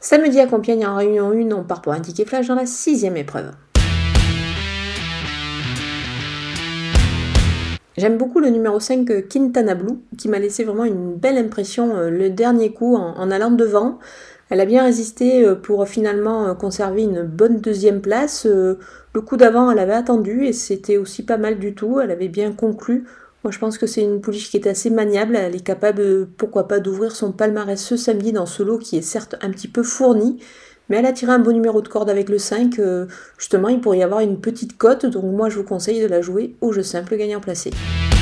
Samedi à Compiègne en réunion 1, on part pour un ticket flash dans la 6e épreuve. J'aime beaucoup le numéro 5 Quintana Blue qui m'a laissé vraiment une belle impression le dernier coup en allant devant. Elle a bien résisté pour finalement conserver une bonne deuxième place. Le coup d'avant, elle avait attendu et c'était aussi pas mal du tout. Elle avait bien conclu. Moi, je pense que c'est une pouliche qui est assez maniable. Elle est capable, pourquoi pas, d'ouvrir son palmarès ce samedi dans ce lot qui est certes un petit peu fourni. Mais elle a tiré un beau numéro de corde avec le 5. Justement, il pourrait y avoir une petite cote. Donc moi, je vous conseille de la jouer au jeu simple gagnant placé.